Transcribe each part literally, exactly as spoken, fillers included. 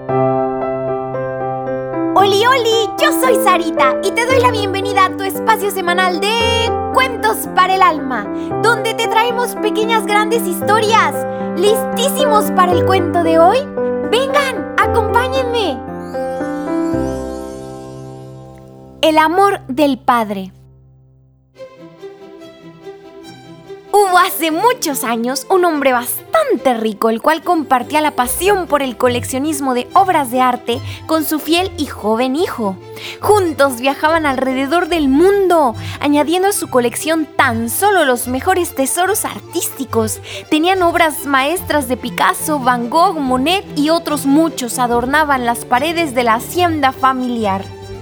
¡Oli, oli! Yo soy Sarita y te doy la bienvenida a tu espacio semanal de Cuentos para el Alma, donde te traemos pequeñas grandes historias. ¿Listísimos para el cuento de hoy? ¡Vengan, acompáñenme! El amor del padre. Hubo hace muchos años un hombre bastante rico, el cual compartía la pasión por el coleccionismo de obras de arte con su fiel y joven hijo. Juntos viajaban alrededor del mundo, añadiendo a su colección tan solo los mejores tesoros artísticos. Tenían obras maestras de Picasso, Van Gogh, Monet y otros muchos adornaban las paredes de la hacienda familiar.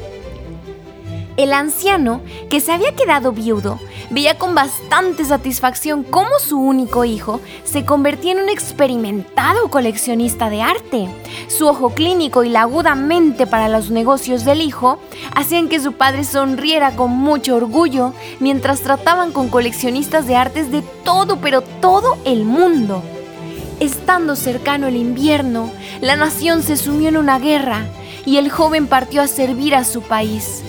El anciano, que se había quedado viudo, veía con bastante satisfacción cómo su único hijo se convertía en un experimentado coleccionista de arte. Su ojo clínico y la aguda mente para los negocios del hijo hacían que su padre sonriera con mucho orgullo mientras trataban con coleccionistas de artes de todo, pero todo el mundo. Estando cercano el invierno, la nación se sumió en una guerra y el joven partió a servir a su país.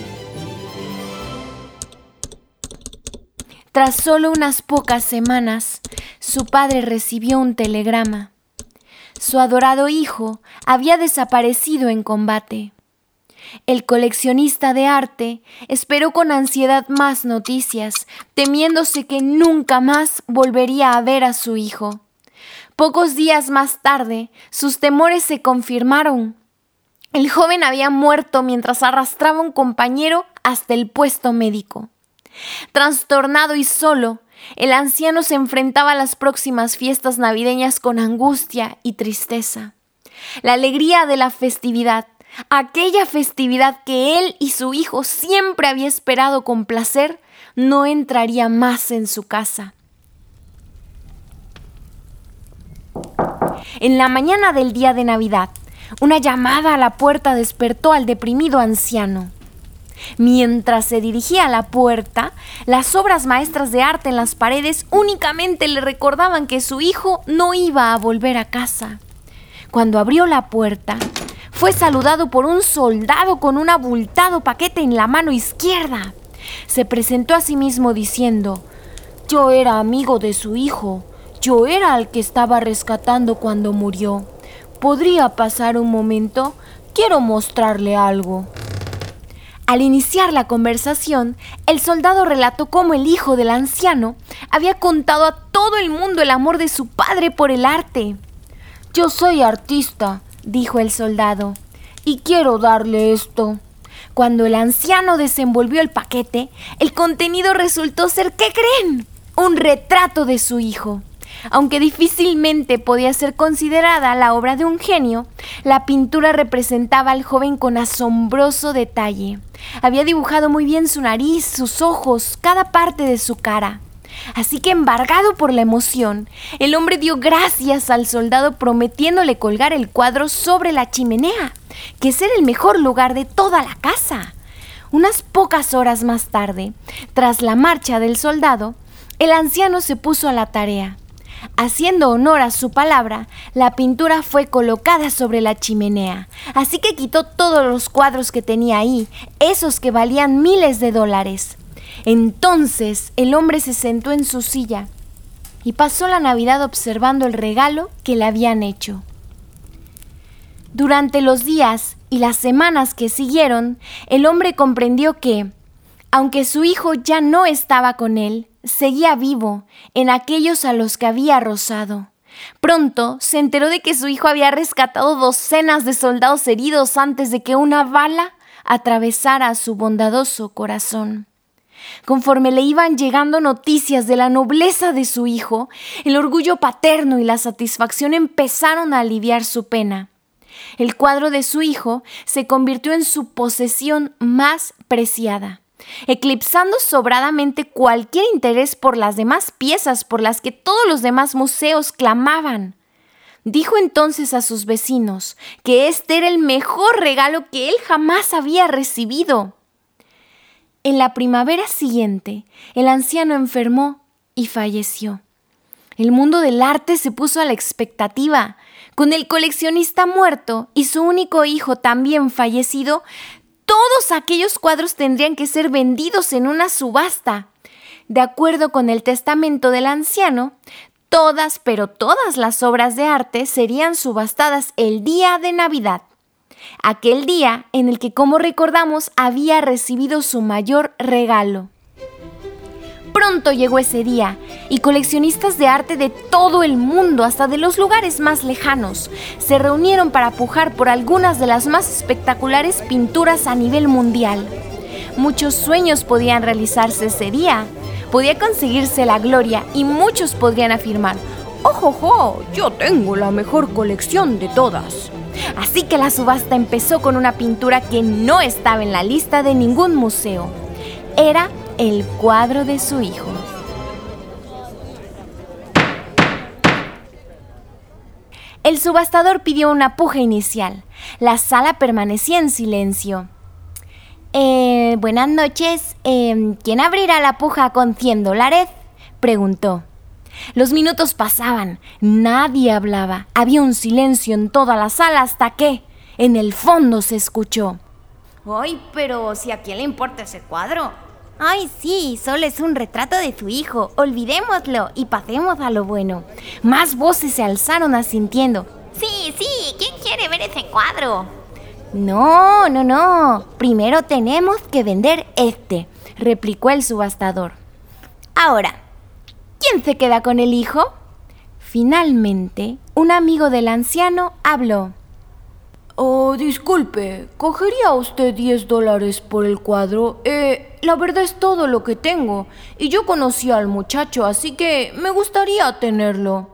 Tras solo unas pocas semanas, su padre recibió un telegrama. Su adorado hijo había desaparecido en combate. El coleccionista de arte esperó con ansiedad más noticias, temiéndose que nunca más volvería a ver a su hijo. Pocos días más tarde, sus temores se confirmaron. El joven había muerto mientras arrastraba a un compañero hasta el puesto médico. Trastornado y solo, el anciano se enfrentaba a las próximas fiestas navideñas con angustia y tristeza. La alegría de la festividad, aquella festividad que él y su hijo siempre había esperado con placer, no entraría más en su casa. En la mañana del día de Navidad, una llamada a la puerta despertó al deprimido anciano. Mientras se dirigía a la puerta, las obras maestras de arte en las paredes únicamente le recordaban que su hijo no iba a volver a casa. Cuando abrió la puerta, fue saludado por un soldado con un abultado paquete en la mano izquierda. Se presentó a sí mismo diciendo: «Yo era amigo de su hijo. Yo era el que estaba rescatando cuando murió. ¿Podría pasar un momento? Quiero mostrarle algo». Al iniciar la conversación, el soldado relató cómo el hijo del anciano había contado a todo el mundo el amor de su padre por el arte. «Yo soy artista», dijo el soldado, «y quiero darle esto». Cuando el anciano desenvolvió el paquete, el contenido resultó ser, ¿qué creen?, un retrato de su hijo. Aunque difícilmente podía ser considerada la obra de un genio, la pintura representaba al joven con asombroso detalle. Había dibujado muy bien su nariz, sus ojos, cada parte de su cara. Así que, embargado por la emoción, el hombre dio gracias al soldado prometiéndole colgar el cuadro sobre la chimenea, que ese era el mejor lugar de toda la casa. Unas pocas horas más tarde, tras la marcha del soldado, el anciano se puso a la tarea. Haciendo honor a su palabra, la pintura fue colocada sobre la chimenea, así que quitó todos los cuadros que tenía ahí, esos que valían miles de dólares. Entonces el hombre se sentó en su silla y pasó la Navidad observando el regalo que le habían hecho. Durante los días y las semanas que siguieron, el hombre comprendió que, aunque su hijo ya no estaba con él, seguía vivo en aquellos a los que había rozado. Pronto se enteró de que su hijo había rescatado docenas de soldados heridos antes de que una bala atravesara su bondadoso corazón. Conforme le iban llegando noticias de la nobleza de su hijo, el orgullo paterno y la satisfacción empezaron a aliviar su pena. El cuadro de su hijo se convirtió en su posesión más preciada, eclipsando sobradamente cualquier interés por las demás piezas por las que todos los demás museos clamaban. Dijo entonces a sus vecinos que este era el mejor regalo que él jamás había recibido. En la primavera siguiente, el anciano enfermó y falleció. El mundo del arte se puso a la expectativa. Con el coleccionista muerto y su único hijo también fallecido, todos aquellos cuadros tendrían que ser vendidos en una subasta. De acuerdo con el testamento del anciano, todas, pero todas las obras de arte serían subastadas el día de Navidad. Aquel día en el que, como recordamos, había recibido su mayor regalo. Pronto llegó ese día y coleccionistas de arte de todo el mundo, hasta de los lugares más lejanos, se reunieron para pujar por algunas de las más espectaculares pinturas a nivel mundial. Muchos sueños podían realizarse ese día, podía conseguirse la gloria y muchos podrían afirmar: ¡ojojo! Yo tengo la mejor colección de todas. Así que la subasta empezó con una pintura que no estaba en la lista de ningún museo. Era el cuadro de su hijo. El subastador pidió una puja inicial. La sala permanecía en silencio. Eh, buenas noches. Eh, ¿Quién abrirá la puja con cien dólares? Preguntó. Los minutos pasaban. Nadie hablaba. Había un silencio en toda la sala hasta que, en el fondo, se escuchó: ¡Ay, pero si a quién le importa ese cuadro! Ay, sí, solo es un retrato de su hijo. Olvidémoslo y pasemos a lo bueno. Más voces se alzaron asintiendo. Sí, sí, ¿quién quiere ver ese cuadro? No, no, no. Primero tenemos que vender este, replicó el subastador. Ahora, ¿quién se queda con el hijo? Finalmente, un amigo del anciano habló. Oh, disculpe, ¿cogería usted diez dólares por el cuadro? Eh, la verdad es todo lo que tengo, y yo conocí al muchacho, así que me gustaría tenerlo.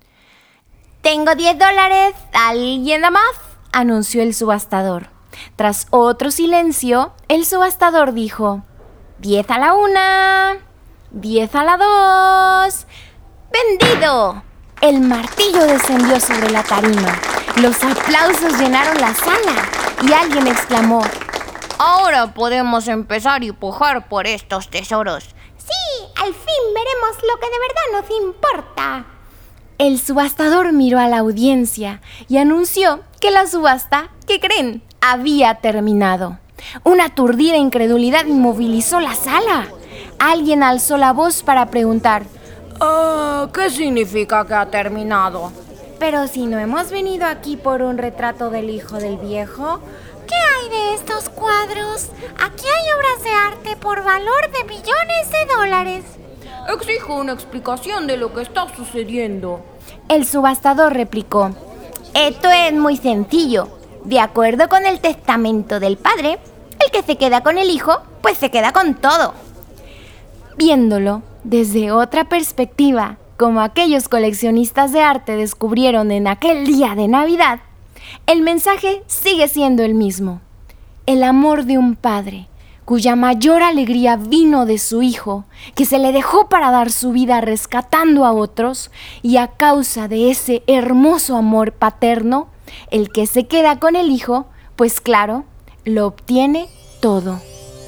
Tengo diez dólares, ¿alguien da más? Anunció el subastador. Tras otro silencio, el subastador dijo: diez a la una, diez a la dos, ¡vendido! El martillo descendió sobre la tarima. Los aplausos llenaron la sala y alguien exclamó: Ahora podemos empezar y pujar por estos tesoros. Sí, al fin veremos lo que de verdad nos importa. El subastador miró a la audiencia y anunció que la subasta, ¿qué creen?, había terminado. Una aturdida incredulidad inmovilizó la sala. Alguien alzó la voz para preguntar: Ah, ¿qué significa que ha terminado? Pero si no hemos venido aquí por un retrato del hijo del viejo, ¿qué hay de estos cuadros? Aquí hay obras de arte por valor de millones de dólares. Exijo una explicación de lo que está sucediendo. El subastador replicó: Esto es muy sencillo. De acuerdo con el testamento del padre, el que se queda con el hijo, pues se queda con todo. Viéndolo desde otra perspectiva, como aquellos coleccionistas de arte descubrieron en aquel día de Navidad, el mensaje sigue siendo el mismo. El amor de un padre, cuya mayor alegría vino de su hijo, que se le dejó para dar su vida rescatando a otros, y a causa de ese hermoso amor paterno, el que se queda con el hijo, pues claro, lo obtiene todo.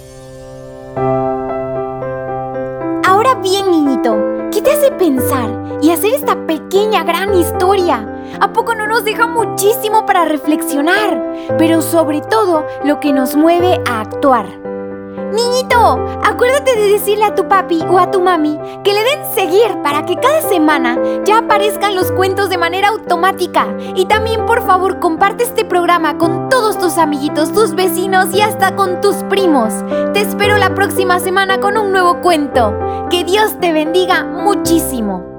Ahora bien, niñito, ¿qué te hace pensar y hacer esta pequeña gran historia? ¿A poco no nos deja muchísimo para reflexionar? Pero sobre todo, lo que nos mueve a actuar. Niñito, acuérdate de decirle a tu papi o a tu mami que le den seguir para que cada semana ya aparezcan los cuentos de manera automática. Y también, por favor, comparte este programa con todos tus amiguitos, tus vecinos y hasta con tus primos. Te espero la próxima semana con un nuevo cuento. Que Dios te bendiga muchísimo.